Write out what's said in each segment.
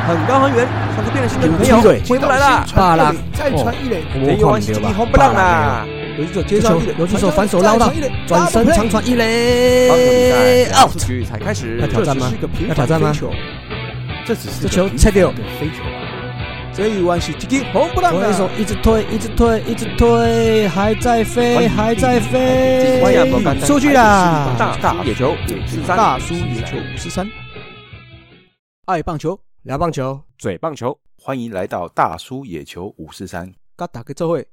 很高很远，像是变了心的女朋友回不来了。 巴拉再传一垒， 没有关系，红不让啦。 游击手接上一垒， 游击手反手捞到，转身长传一垒。 棒球比赛2局才开始， 要挑战吗？要挑战吗？ 这只是这球切掉， 飞球。这一弯是一个红不让投手一直推，一直推，一直推，还在飞，还在飞，出去啦！ 大野球543， 大叔野球543，爱棒球， 聊棒球， 嘴棒球， 欢迎来到大叔野球543， 跟大家做伙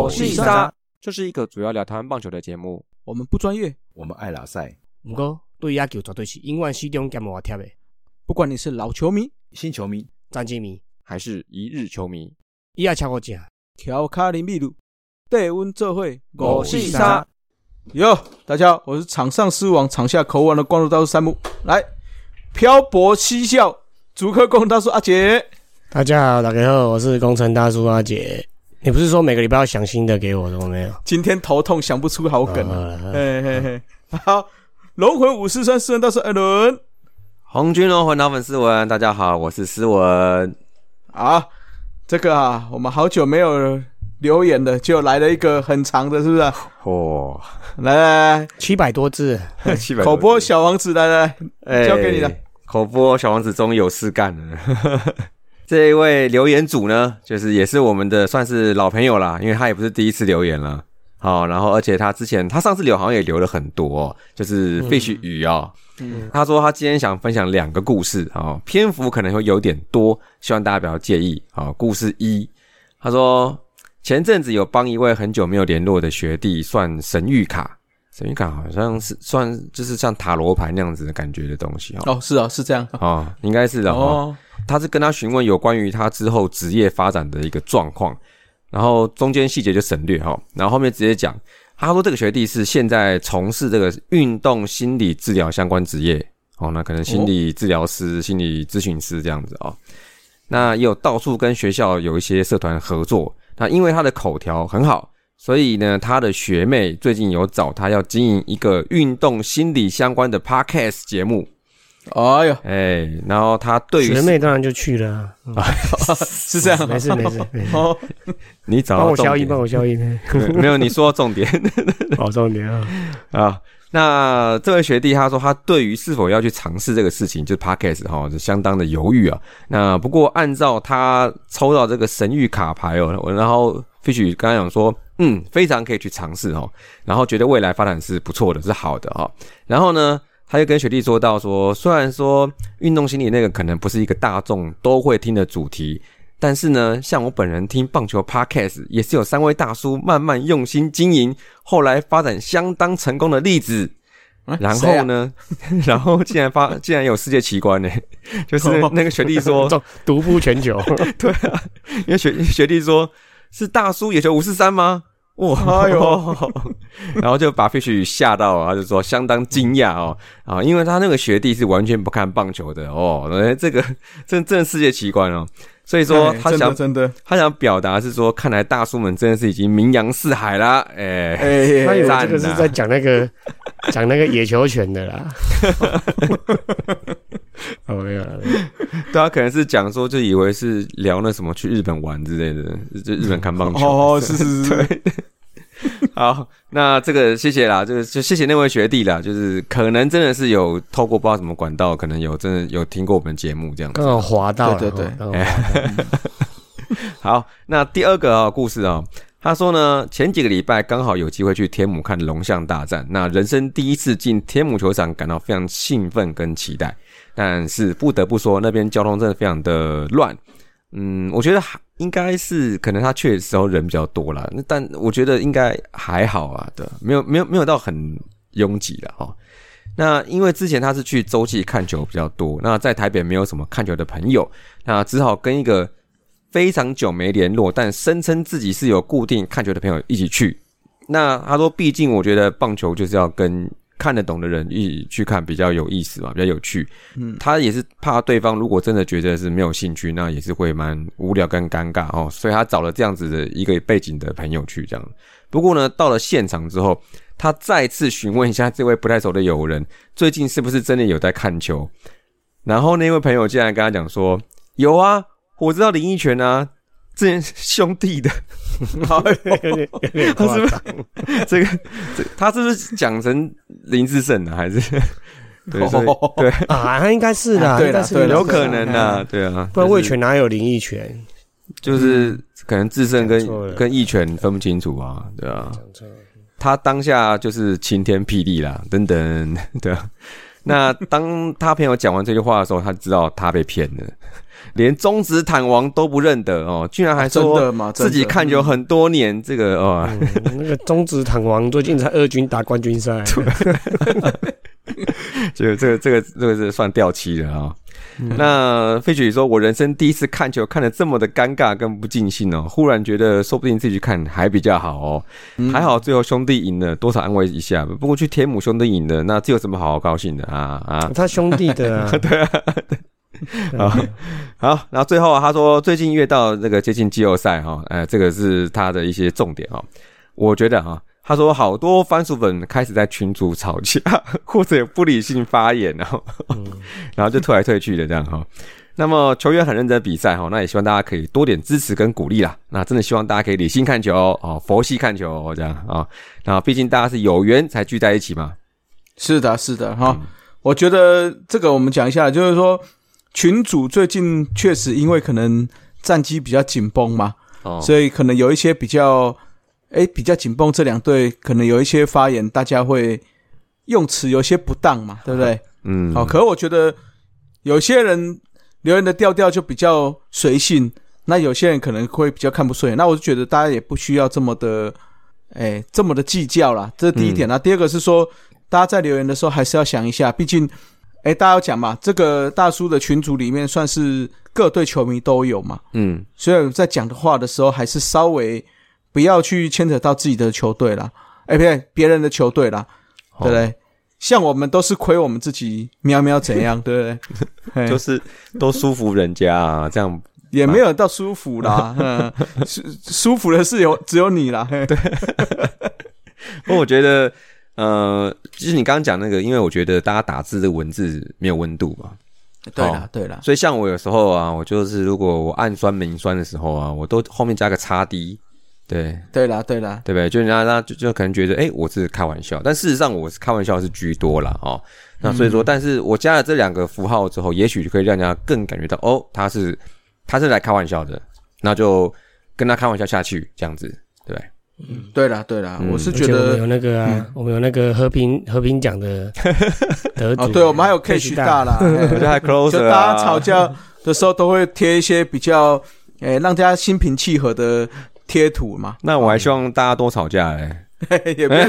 543，这是一个主要聊台湾棒球的节目。 我们不专业， 我们爱拉赛， 不过对野球绝对是永远始终兼无贴的。 不管你是老球迷、 新球迷、 战绩迷， 还是一日球迷， 伊也超过正。 调卡林秘鲁，带阮做伙 543。 哟，大家好，我是场上狮王、场下口王的光头大叔山姆。来，漂泊嬉笑，竹科工大叔阿杰。 大家好，大家好，我是工程大叔阿杰。你不是说每个礼拜要想新的给我的吗？没有， 今天头痛想不出好梗了。嘿嘿嘿，好，龙魂543斯文大叔艾伦。 红军龙魂老粉斯文，大家好，我是斯文。 啊，这个啊，我们好久没有留言了，就来了一个很长的，是不是？ 哦， 来 700多字 ，700多字口播小王子，来，交给你了。 口播小王子终于有事干了。这一位留言主呢，就是也是我们的算是老朋友啦，因为他也不是第一次留言了。好，然后而且他上次留好像也留了很多就是 Fish 鱼他说他今天想分享2个故事篇幅可能会有点多，希望大家不要介意。故事1，他说前阵子有帮一位很久没有联络的学弟算神谕卡，神谕卡好像是算就是像塔罗牌那样子的感觉的东西是啊，是这样应该是的他是跟他询问有关于他之后职业发展的一个状况，然后中间细节就省略然后后面直接讲，他说这个学弟是现在从事这个运动心理治疗相关职业那可能心理治疗师、心理咨询师这样子那也有到处跟学校有一些社团合作，那因为他的口条很好，所以呢他的学妹最近有找他要经营一个运动心理相关的 podcast 节目。 哎呦， 然后他对于学妹当然就去了是这样， 没事你找到重点， 帮我消音没有，你说重点重点那这位学弟他说他对于是否要去尝试这个事情，就是 podcast 就相当的犹豫那不过按照他抽到这个神谕卡牌然后 Fish 刚才讲说非常可以去尝试然后觉得未来发展是不错的，是好的然后呢他就跟学弟说到说，虽然说运动心理那个可能不是一个大众都会听的主题，但是呢像我本人听棒球 podcast 也是有3位大叔慢慢用心经营，后来发展相当成功的例子。然后呢然后竟然有世界奇观就是那个学弟说独步全球对啊，因为学弟说是大叔野球543吗？哎呦，然后就把 Fish 吓到他就说相当惊讶因为他那个学弟是完全不看棒球的这个真的世界奇观所以说他想表达是说，看来大叔们真的是已经名扬四海啦他以为这个是在讲那个野球拳的啦没有对啊，可能是讲说就以为是聊那什么去日本玩之类的，就日本看棒球是对好，那这个谢谢啦，就谢谢那位学弟啦，就是可能真的是有透过不知道什么管道，可能有真的有听过我们节目这样子， 刚好滑到了， 对好，那第2个故事他说呢，前几个礼拜刚好有机会去天母看龙象大战，那人生第一次进天母球场，感到非常兴奋跟期待，但是不得不说那边交通真的非常的乱。我觉得应该是可能他去的时候人比较多啦，但我觉得应该还好对，没有到很拥挤啦那因为之前他是去洲际看球比较多，那在台北没有什么看球的朋友，那只好跟一个非常久没联络但声称自己是有固定看球的朋友一起去。那他说毕竟我觉得棒球就是要跟看得懂的人一起去看比较有意思嘛，比较有趣。他也是怕对方如果真的觉得是没有兴趣，那也是会蛮无聊跟尴尬所以他找了这样子的一个背景的朋友去这样。不过呢到了现场之后，他再次询问一下这位不太熟的友人最近是不是真的有在看球，然后那位朋友竟然跟他讲说有啊，我知道林益全啊，之前兄弟的。 有点夸张。 这他是不是讲成林志胜啊？还是对对啊？他应该是的， 对啦，对， 有可能啊，对啊， 不然味全哪有林益全？ 就是可能志胜跟益全分不清楚啊，对啊。他当下就是晴天霹雳啦，等等，对啊。那当他朋友讲完这句话的时候，他知道他被骗了，连中职坦王都不认得哦，居然还说自己看球很多年，这个哦， 那个中职坦王最近才2军打冠军赛， 这个是算掉漆了啊。那费雪说，我人生第一次看球看得这么的尴尬跟不尽兴哦，忽然觉得说不定自己去看还比较好哦。还好最后兄弟赢了，多少安慰一下。不过去天母兄弟赢了，那这有什么好高兴的啊？ 他兄弟的啊， 对啊。好，然后最后他说最近越到这个接近季后赛哈，这个是他的一些重点哈。我觉得哈。他说好多番薯粉开始在群组吵架，或者有不理性发言，然后就退来退去的这样哈。那么球员很认真比赛哈，那也希望大家可以多点支持跟鼓励啦。那真的希望大家可以理性看球哦，佛系看球这样啊。那毕竟大家是有缘才聚在一起嘛。 是的哈。我觉得这个我们讲一下，就是说群组最近确实因为可能战绩比较紧绷嘛，所以可能有一些比较紧绷，这两队可能有一些发言，大家会用词有些不当嘛，对不对？可是我觉得有些人留言的调调就比较随性，那有些人可能会比较看不顺眼，那我就觉得大家也不需要这么的计较啦，这是第一点啦。第二个是说，大家在留言的时候还是要想一下，毕竟大家要讲嘛，这个大叔的群组里面算是各队球迷都有嘛，所以在讲的话的时候还是稍微不要去牵扯到自己的球队啦，不对，别人的球队啦，对不对？像我们都是亏我们自己喵喵怎样，对不对？ 就是都舒服人家啊，这样也没有到舒服啦，舒服的是只有你啦，对。 不过我觉得，就是你刚刚讲那个，因为我觉得大家打字的文字没有温度嘛。 对啦， 所以像我有时候啊，我就是如果我暗酸明酸的时候啊，我都后面加个叉 D。对啦，对不对？就人家就可能觉得，我是开玩笑，但事实上我是开玩笑是居多啦哦。那所以说，但是我加了这两个符号之后，也许就可以让人家更感觉到，他是来开玩笑的，那就跟他开玩笑下去，这样子，对不对？对啦，我是觉得我们有那个我们有那个和平奖的得主对，我们还有 Cash 大啦， 还 Closer 就大家吵架的时候都会贴一些比较让大家心平气和的贴图嘛。 那我还希望大家多吵架也不要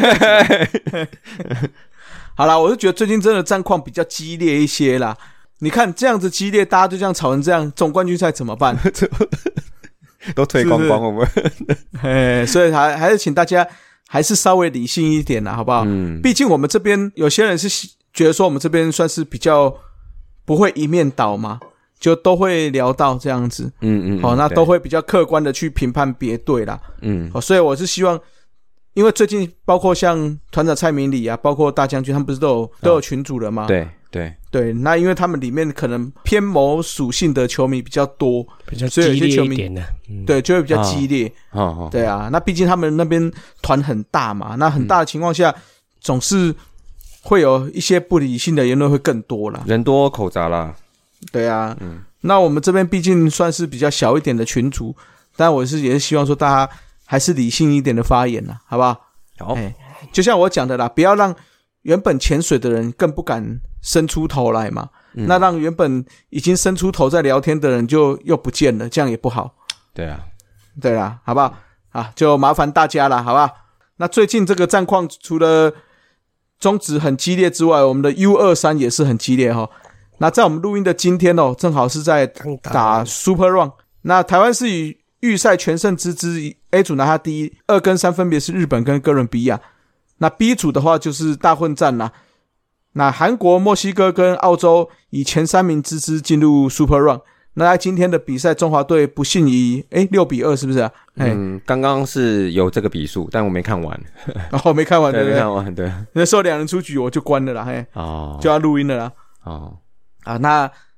好啦，我是觉得最近真的战况比较激烈一些啦。你看这样子激烈，大家就这样吵成这样，总冠军赛怎么办？ 都退光光我们。 所以还是请大家还是稍微理性一点啦，好不好？毕竟我们这边有些人是觉得说我们这边算是比较不会一面倒嘛，就都会聊到这样子。那都会比较客观的去评判别队啦。所以我是希望，因为最近包括像团长蔡明礼啊，包括大将军，他们不是都有群组了吗？对，那因为他们里面可能偏某属性的球迷比较多， 比较激烈一点的， 对，就会比较激烈。对啊，那毕竟他们那边团很大嘛，那很大的情况下，总是会有一些不理性的言论会更多啦， 人多口杂啦。 对啊，那我们这边毕竟算是比较小一点的群组，但我也是希望说大家还是理性一点的发言啦，好不好？ 好， 就像我讲的啦，不要让原本潜水的人更不敢伸出头来嘛，那让原本已经伸出头在聊天的人就又不见了，这样也不好。 对啦，好不好？就麻烦大家啦，好不好？那最近这个战况除了中职很激烈之外，我们的 U23 也是很激烈齁。那在我们录音的今天正好是在打 Super Run。那台湾是以预赛全胜之姿 A 组拿下第一，2跟3分别是日本跟哥伦比亚。那 B 组的话就是大混战啦。那韩国、墨西哥跟澳洲以前3名之姿进入 Super Run。那在今天的比赛，中华队不幸以6-2是不是啊？ 刚刚是有这个比数，但我没看完。 没看完，对不对？ 没看完，对。 那时候2人出局我就关了啦，就要录音了啦。那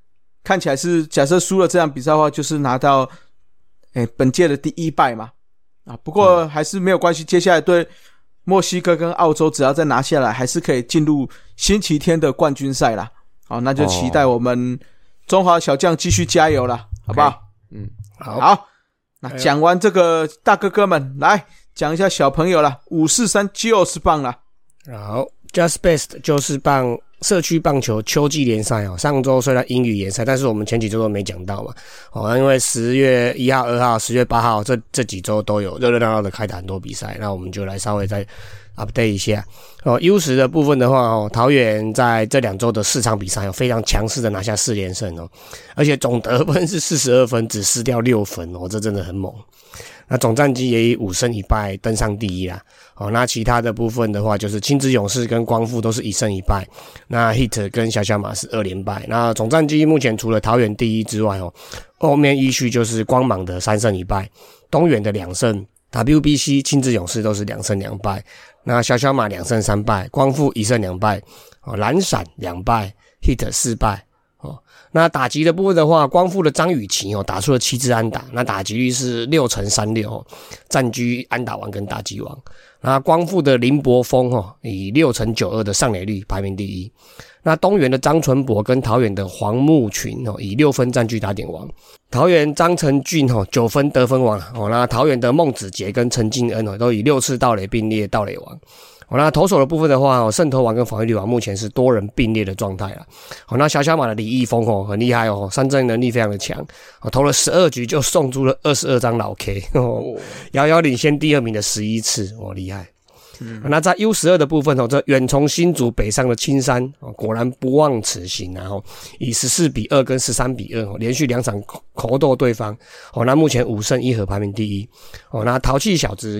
看起来是假设输了这场比赛的话，就是拿到本届的第1败嘛。不过还是没有关系，接下来对墨西哥跟澳洲只要再拿下来，还是可以进入星期天的冠军赛啦。好，那就期待我们中华小将继续加油啦，好不好？好，那讲完这个大哥哥们，来讲一下小朋友啦，543就是棒啦。 好 ，Just Best 就是棒社区棒球秋季联赛哦。上周虽然英语联赛，但是我们前几周都没讲到嘛。因为10月1号、2号、10月8号这几周都有热热闹闹的开打很多比赛，那我们就来稍微再 update 一下。U10的部分的话桃园在这2周的4场比赛非常强势的拿下4连胜而且总得分是42分，只失掉6分这真的很猛。那总战绩也以5胜1败登上第一啦。那其他的部分的话，就是亲子勇士跟光复都是1胜1败，那 Hit 跟小小马是2连败。那总战绩目前除了桃园第一之外后面依序就是光芒的3胜1败，东元的2胜， WBC 亲子勇士都是2胜2败，那小小马2胜3败，光复1胜2败，蓝闪2败， Hit 4败。那打击的部分的话，光复的张雨绮打出了7支安打，那打击率是6.36%，占据安打王跟打击王。那光复的林柏峰以6.92%的上垒率排名第一。那东元的张纯博跟桃园的黄木群以6分占据打点王。桃园张成俊9分得分王。那桃园的孟子杰跟陈敬恩都以6次盗垒并列盗垒王。那投手的部分的话胜投王跟防御率王目前是多人并列的状态啦。那小小马的李易峰很厉害三振能力非常的强，投了12局就送出了22张老 K， 遥遥领先第2名的11次，厉害。那在 U12 的部分这远从新竹北上的青山果然不忘此行以14-2跟13-2连续2场口斗对方那目前5胜1和排名第一那淘气小子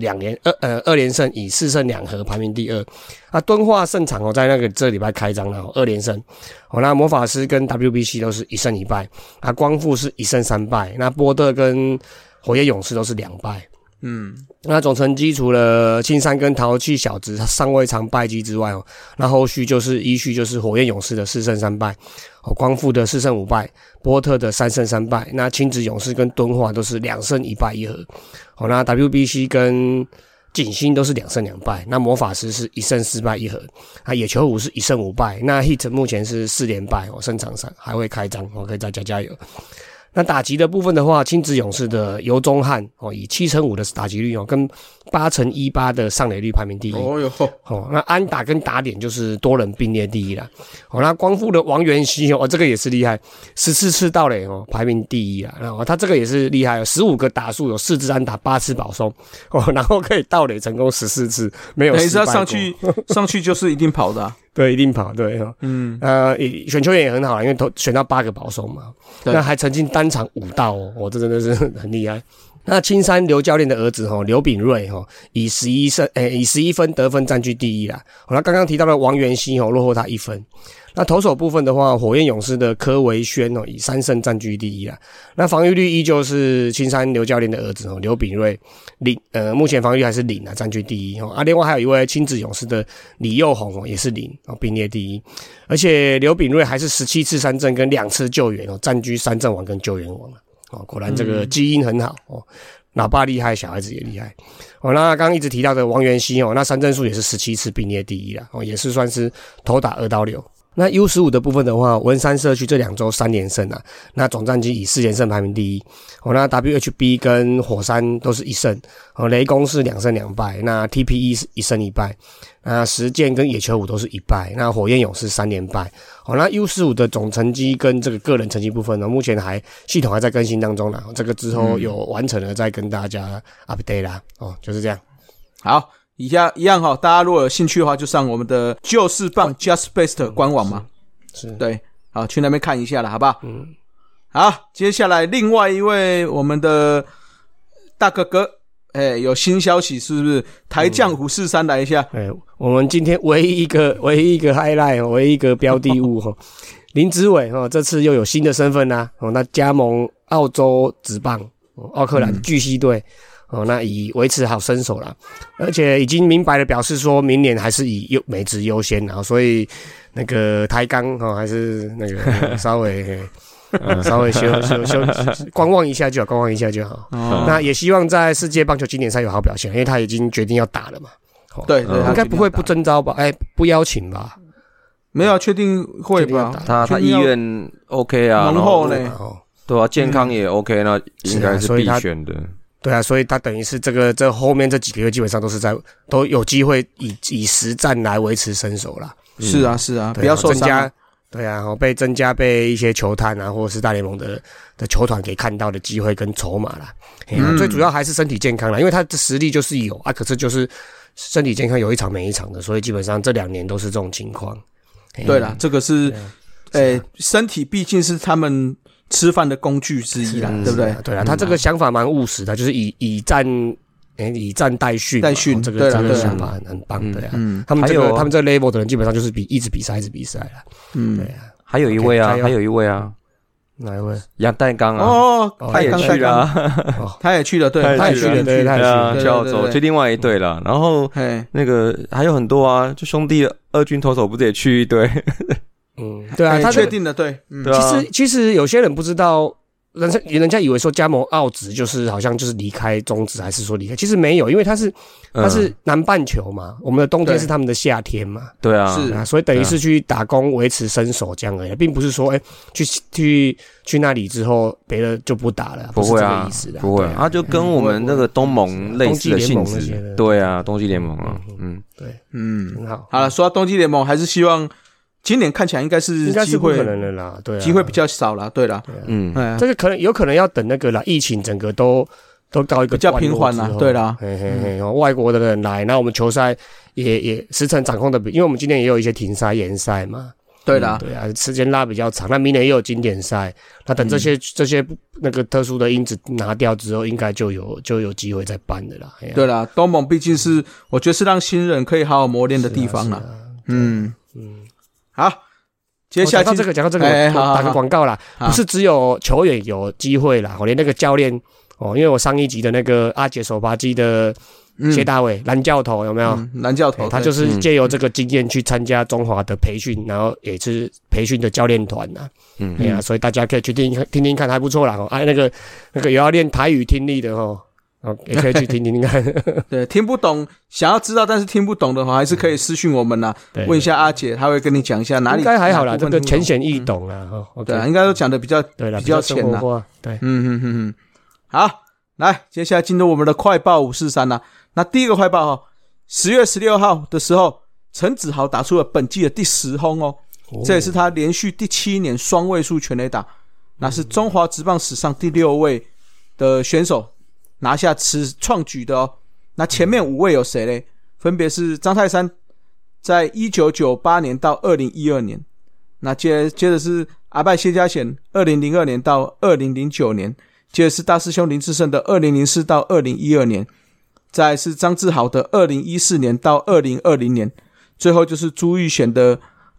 2连胜以4胜2和排名第二。那敦化胜场在这礼拜开张了2连胜那魔法师跟 WBC 都是1胜1败，那光复是1胜3败，那波特跟火焰勇士都是2败。那总成绩除了青山跟淘气小子尚未尝败绩之外那后续就是依序就是火焰勇士的4胜3败光复的4胜5败，波特的3胜3败，那亲子勇士跟敦化都是2胜1败1和那 WBC 跟锦星都是2胜2败，那魔法师是1胜4败1和，那野球虎是1胜5败，那 Hit 目前是4连败胜场上还会开张可以再加油。那打击的部分的话，亲子勇士的尤中汉以7.5%的打击率跟8.18%的上垒率排名第一。那安打跟打点就是多人并列第一啦。那光复的王元熙这个也是厉害，14次盗垒排名第一啦。那他这个也是厉害15个打数有4支安打8次保送然后可以盗垒成功14次，没有失败过。 上去就是一定跑的对，一定跑，对选球员也很好因为选到8个保送嘛，那还曾经单场5盗这真的是很厉害。那青山刘教练的儿子刘炳瑞以11分得分占据第一啦。那刚刚提到的王元熙落后他1分。那投手部分的话，火焰勇士的柯维轩以3胜占据第一啦。那防御率依旧是青山刘教练的儿子刘炳瑞目前防御率还是0占据第一另外还有一位亲子勇士的李佑宏也是0并列第一。而且刘炳瑞还是17次三振跟2次救援占据三振王跟救援王果然这个基因很好老爸厉害，小孩子也厉害那刚刚一直提到的王元熙那三振数也是17次并列第一啦也是算是投打2到6。那 U15 的部分的话，文山社区这2周3连胜那总战绩以4连胜排名第一那 WHB 跟火山都是1胜雷公是2胜2败，那 TPE 是1胜1败，那实践跟野球虎都是1败，那火焰勇士3连败那 U15 的总成绩跟这个个人成绩部分目前系统还在更新当中啦这个之后有完成了再跟大家 update 啦就是这样。 好，以下一样大家如果有兴趣的话就上我们的就是棒 Just Best 官网嘛是对，好去那边看一下了好不好好，接下来另外一位我们的大哥哥有新消息是不是？台将543来一下我们今天唯一一个 highlight 唯一一个标的物林子伟这次又有新的身份啦那加盟澳洲职棒奥克兰巨蜥队那以维持好身手啦，而且已经明白的表示说明年还是以美职优先所以那个台钢还是那个稍微稍微休观望一下就好。那也希望在世界棒球经典赛有好表现，因为他已经决定要打了嘛。 对， 应该不会不征召吧？不邀请吧？ 没有确定会吧？ 他意愿 OK 啊， 浓厚呢， 对啊，健康也 OK，那应该是必选的。 对啊，所以他等于是这后面这几个月基本上都有机会以实战来维持身手啦。 是啊，不要受伤。 对啊，增加被一些球探啊，或者是大联盟的球团给看到的机会跟筹码啦。最主要还是身体健康啦，因为他的实力就是有啊，可是就是身体健康有一场没一场的，所以基本上这2年都是这种情况。 对啦，这个是，身体毕竟是他们吃饭的工具之一啦，对不对？ 对啊，他这个想法蛮务实的，就是以战代训，这个想法很棒的呀。他们这个 level 的人基本上就是一直比赛啦。对啊， 还有一位啊， 哪一位？ 杨代刚啊， 他也去了，他也去了，对， 他也去了， 就要走去另外一队了。然后那个还有很多啊，就兄弟二军投手不是也去一队？ 对啊，他确定的，对。 其实有些人不知道。人家以为说加盟澳职就是好像就是离开中职，还是说离开？其实没有，因为他是南半球嘛，我们的冬天是他们的夏天嘛。 对啊， 是啊，所以等于是去打工维持身手这样而已，并不是说去那里之后别的就不打了， 不会啊， 是这个意思的。 不会，他就跟我们那个东盟类似的性质。对啊，冬季联盟啊， 对，很好。 好了，说到冬季联盟，还是希望。今年看起来应该是机会不可能的啦，对啊， 机会比较少啦，对啦， 这个有可能要等那个啦，疫情整个都到一个比较平缓啦，对啦， 外国的人来，那我们球赛也时程掌控的因为我们今年也有一些停赛延赛嘛， 对啦， 对啊，时间拉比较长，那明年也有经典赛，那等这些那个特殊的因子拿掉之后，应该就有机会再办的啦， 对啦，东盟毕竟是我觉得是让新人可以好好磨练的地方啦，好，接下来讲到这个，打个广告啦，不是只有球员有机会啦，连那个教练因为我上一集的那个阿杰手扒鸡的谢大伟蓝教头有没有？ 蓝教头， 他就是借由这个经验去参加中华的培训，然后也是培训的教练团呐。所以大家可以去听听看，还不错啦。那个有要练台语听力的也可以去听听看。 对，听不懂想要知道但是听不懂的话，还是可以私讯我们啦，问一下阿姐，她会跟你讲一下哪里。 应该还好啦，这个浅显易懂啦。 对啊，应该都讲的比较浅啦。 对， 好，来，接下来进入我们的快报543啦。那第一个快报10月16号的时候，陈子豪打出了本季的第10轰这也是他连续第7年双位数全垒打，那是中华职棒史上第6位的选手拿下此创举的那前面5位有谁呢？分别是张泰山在1998年到2012年，那接着是阿拜谢家贤2002年到2009年，接着是大师兄林志胜的2004到2012年，再来是张志豪的2014年到2020年，最后就是朱玉贤的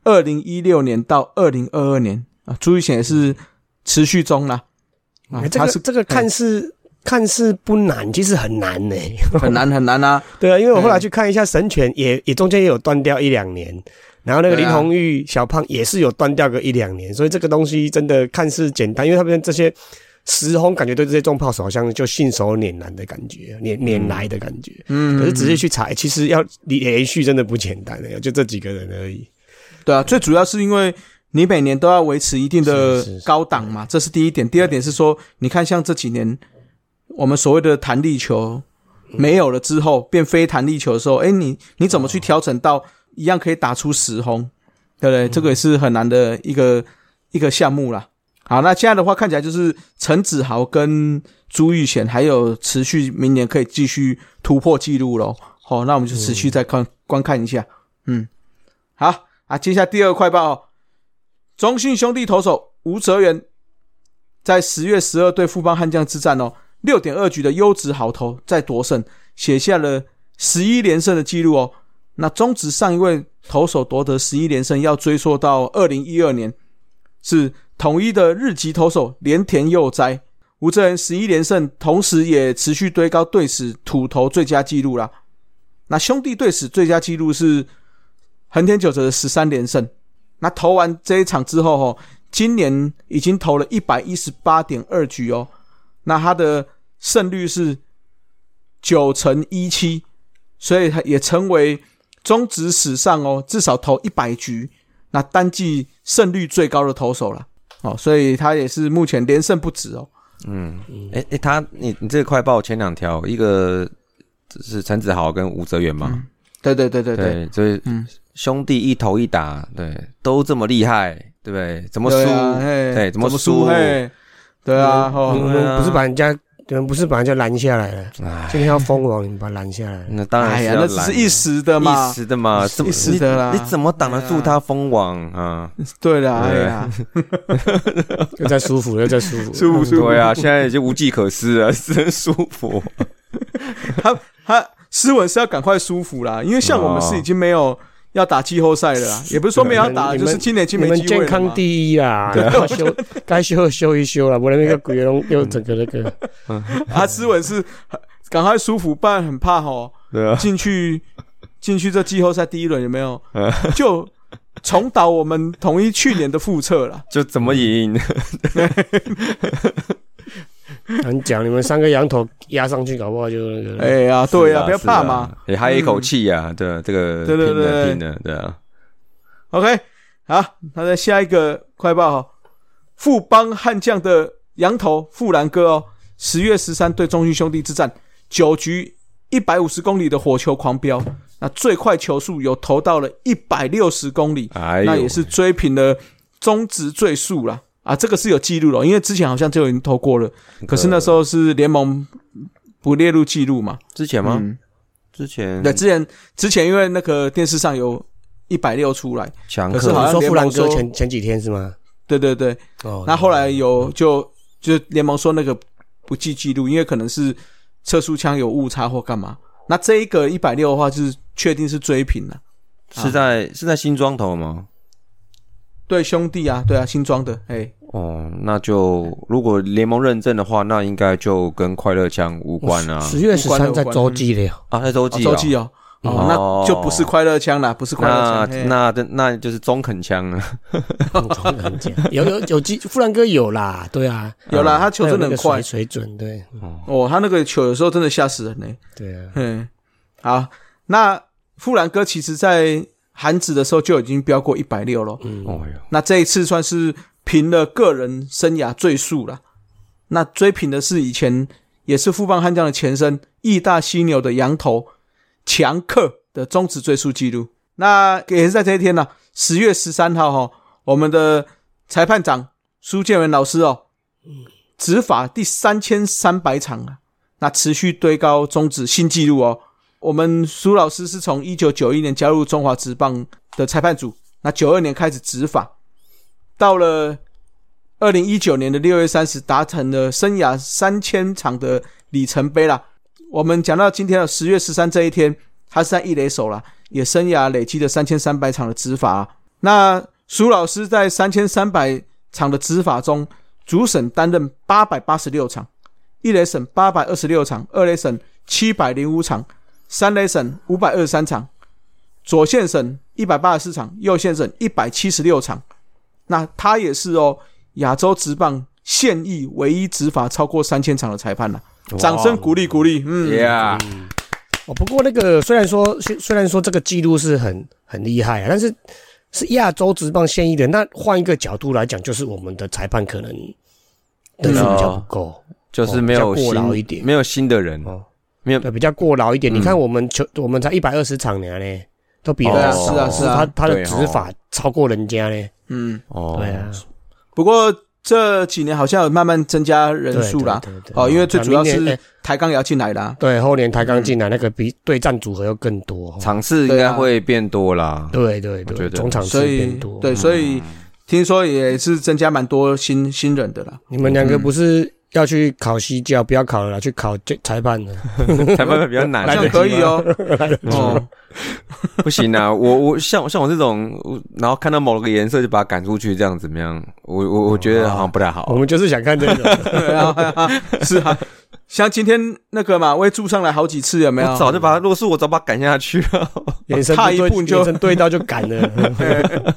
2016年到2022年朱玉贤也是持续中啦这个看似不难，其实很难呢， 很难啊。 对啊，因为我后来去看一下神拳，也中间也有断掉1-2年，然后那个林鸿玉小胖也是有断掉个1-2年，所以这个东西真的看似简单，因为他们这些10轰感觉对这些重炮手好像就信手拈来的感觉，拈来的感觉。可是仔细去查，其实要连续真的不简单的，就这几个人而已。 对啊，最主要是因为你每年都要维持一定的高档嘛，这是第一点。第二点是说，你看像这几年我们所谓的弹力球没有了之后，变非弹力球的时候，你怎么去调整到一样可以打出10轰，对不对？这个也是很难的一个项目啦。好，那现在的话看起来就是陈子豪跟朱玉贤还有持续明年可以继续突破纪录咯。那我们就持续再观看一下。好接下来第二个快报中信兄弟投手吴哲源在10月12对富邦悍将之战6.2 局的优质好投再夺胜，写下了11连胜的纪录那中职上一位投手夺得11连胜要追溯到2012年，是统一的日籍投手连田佑哉。吴哲源11连胜，同时也持续堆高队史土投最佳纪录啦。那兄弟队史最佳纪录是横田久哲的13连胜。那投完这一场之后今年已经投了 118.2 局哦，那他的胜率是9成17%，所以他也成为中职史上哦至少投100局，那单季胜率最高的投手了哦，所以他也是目前连胜不止哦。 你这个快报前2条，一个是陈子豪跟吴哲源嘛？ 对， 所以兄弟一投一打，对，都这么厉害，对不对？怎么输？对，怎么输？ 对啊， 你们不是把人家拦下来了？今天要封王，你们把他拦下来。 那当然是要拦， 那只是一时的嘛， 一时的啦。你怎么挡得住他封王啊？ 对啦，哎呀， 又在舒服。 舒服。 对啊，现在已经无计可施了，真舒服。 他斯文是要赶快舒服啦，因为像我们是已经没有要打季后赛了啦，也不是说没有要打，就是今年已经没机会了嘛。 你们健康第一啦，该休一休啦，不然那个鬼龙又整个那个。 斯文是赶快舒服，不然很怕进去这季后赛第一轮有没有？就重蹈我们统一去年的覆辙啦， 就怎么赢？ 很讲你们3个羊头压上去，搞不好就那个。 哎呀，对呀，不要怕嘛， 也还有一口气呀，对，这个拼的，对啊。 OK， 好，那在下一个快报富邦悍将的羊头富兰哥哦，10月13对中信兄弟之战，9局150公里的火球狂飙，那最快球速有投到了160公里，那也是追平了中职最速啦。这个是有记录了，因为之前好像就已经投过了，可是那时候是联盟不列入记录嘛。 之前吗？之前因为那个电视上有160出来，可是好像说富兰哥前几天是吗？ 对，那后来有就联盟说那个不记记录，因为可能是测速枪有误差或干嘛。那这一个160的话，就是确定是追平了。 是在新庄投吗？ 对，兄弟啊，对啊，新庄的， 那就如果联盟认证的话，那应该就跟快乐枪无关啊。 10月13在洲际了在洲际哦，那就不是快乐枪啦，不是快乐枪， 那就是中肯枪了。 中肯枪有富兰哥有啦，对啊， 有啦，他球真的很快， 水准对。 他那个球有时候真的吓死人呢。 对啊， 好，那富兰哥其实在韩职的时候就已经飙过160了，那这一次算是平了个人生涯最速了。那追平的是以前也是富邦悍将的前身义大犀牛的洋头强克的中职最速纪录。那也是在这一天呢，10月13号我们的裁判长苏建文老师执法第3300场那持续堆高中职新纪录我们苏老师是从1991年加入中华职棒的裁判组，那92年开始执法，到了2019年的6月30达成了生涯3000场的里程碑啦。我们讲到今天的10月13这一天，他是在一垒手啦，也生涯累积的3300场的执法那苏老师在3300场的执法中，主审担任886场，一垒审826场，二垒审705场，三垒审523场，左线审184场，右线审176场。那他也是亚洲职棒现役唯一执法超过3000场的裁判掌声鼓励鼓励。 不过那个虽然说这个记录是很厉害但是亚洲职棒现役的，那换一个角度来讲，就是我们的裁判可能得分比较不够， 就是没有过劳一点， 没有新的人没有， 对，比较过劳一点。你看我们才120场呢都比人家少， 是啊， 他的执法超过人家呢。对啊。 不过这几年好像有慢慢增加人数啦，因为最主要是台钢也要进来啦。 对，后年台钢进来，那个比对战组合又更多， 场次应该会变多啦。 对，总场次变多。 对，所以听说也是增加蛮多新人的啦。 你们两个不是要去考西教，不要考了啦，去考裁判了。 裁判比较难， 这样可以不行啊！我像我这种，然后看到某个颜色就把它赶出去，这样怎么样？我觉得好像不太好。 我们就是想看这个，是啊。像今天那个嘛，威助上来好几次，有没有？ 我早就把他，如果是我早把他赶下去了。 眼神对到就赶了。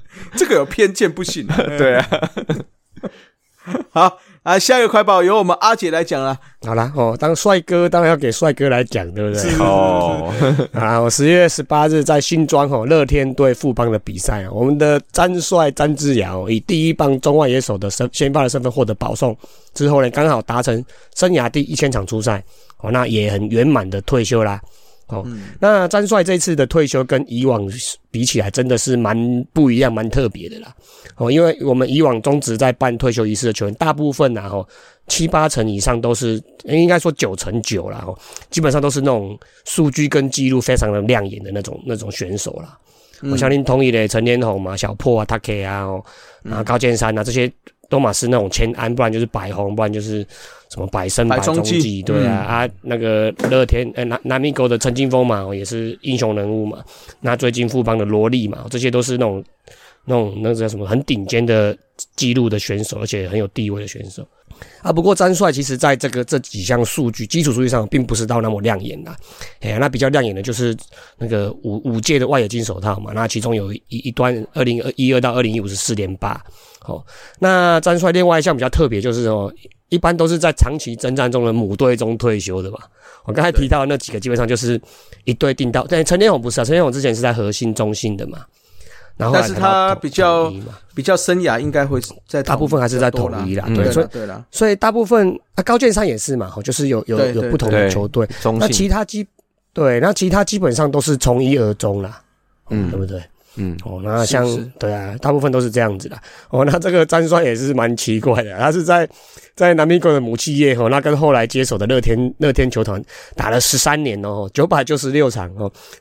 这个有偏见不行。 对啊。 好啊，下一个快报由我们阿姐来讲啦。 好啦，当帅哥当然要给帅哥来讲，对不对？ 哦， 啊，我10月18日在新庄乐天对富邦的比赛我们的詹帅詹志尧以第一棒中外野手的先发的身份获得保送之后呢，刚好达成生涯第1000场出赛那也很圆满的退休啦。那詹帅这次的退休跟以往比起来真的是蛮不一样蛮特别的啦。因为我们以往中职在办退休仪式的球员大部分7-8成以上都是应该说9-9啦基本上都是那种数据跟记录非常的亮眼的那种选手啦。我相信同意的陈连宏嘛、小破啊、Take 啊、高健山啊这些都嘛是那种千安，不然就是百宏，不然就是什么百胜、百中继，对啊，那个乐天南米狗的陈金峰嘛，也是英雄人物嘛。那最近富邦的罗力嘛，这些都是那种那叫什么很顶尖的纪录的选手，而且很有地位的选手。不过詹帅其实在这几项数据基础数据上并不是到那么亮眼啦。那比较亮眼的就是那个五届的外野金手套嘛，那其中有一段2012到2015是4.8。那詹帅另外一项比较特别就是一般都是在长期征战中的母队中退休的嘛。我刚才提到的那几个基本上就是一队定到，但陈连宏不是陈连宏之前是在核心中信的嘛。然后但是他比较生涯应该会在大部分还是在统一啦， 对啦， 所以大部分高健山也是嘛，就是有不同的球队，那其他基本上都是从一而终啦，对不对？那像对啊，大部分都是这样子啦。那这个詹帅也是蛮奇怪的，他是在南米狗的母企业那跟后来接手的乐天球团打了13年996场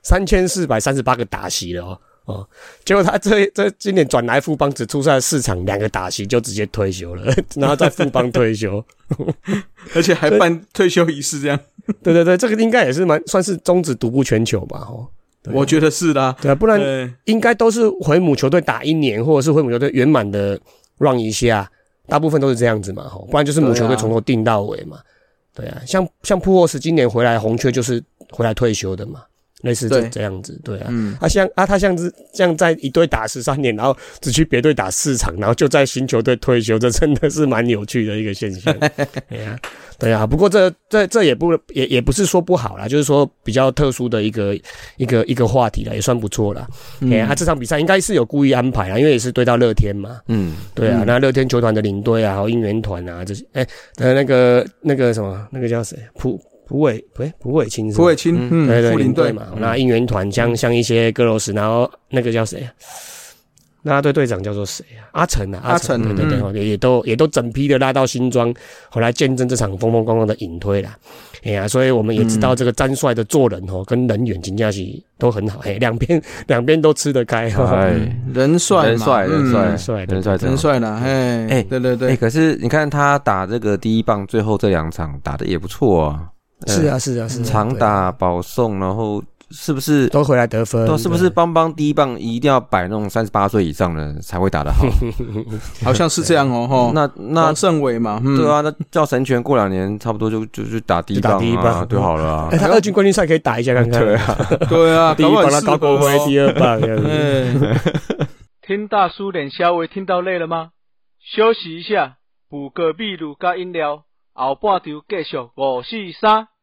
3438个打席了结果他这今年转来富邦只出赛了4场2个打席就直接退休了，然后在富邦退休， 而且还办退休仪式这样。 对，这个应该也是算是中职独步全球吧我觉得是的， 对啊，不然应该都是回母球队打1年，或者是回母球队圆满的 run 一下，大部分都是这样子嘛不然就是母球队从头定到尾嘛。对啊，像普沃斯今年回来红雀就是回来退休的嘛。类似这样子，对啊，他像在一队打13年，然后只去别队打4场，然后就在新球队退休，这真的是蛮有趣的一个现象。对啊，不过这也不是说不好啦，就是说比较特殊的一个话题啦，也算不错啦。这场比赛应该是有故意安排啦，因为也是对到乐天嘛。对啊，那乐天球团的领队啊，还有应援团啊这些，那个什么，那个叫谁？朴伟清，对领队嘛。那应援团像一些歌罗斯，然后那个叫谁啊？那队队长叫做谁啊？阿成，对，也都整批的拉到新庄，后来见证这场风风光光的引推啦。所以我们也知道这个詹帅的做人跟人缘真的是都很好，两边都吃得开。 人帅嘛， 人帅啦，对。 可是你看他打这个第一棒，最后这2场打得也不错啊。 是啊， 长打保送，然后是不是都回来得分？ 是不是帮第一棒一定要摆那种38岁以上的才会打得好？ 好像是这样那王胜伟嘛， 对啊，那叫神权过2年差不多就打第一棒就好了啊。 他2军冠军赛可以打一下看看。 对啊， 第一棒他高国辉，第2棒。 听大叔练稍微听到累了吗？休息一下，补个秘鲁加饮料，后半场继续5、4、3。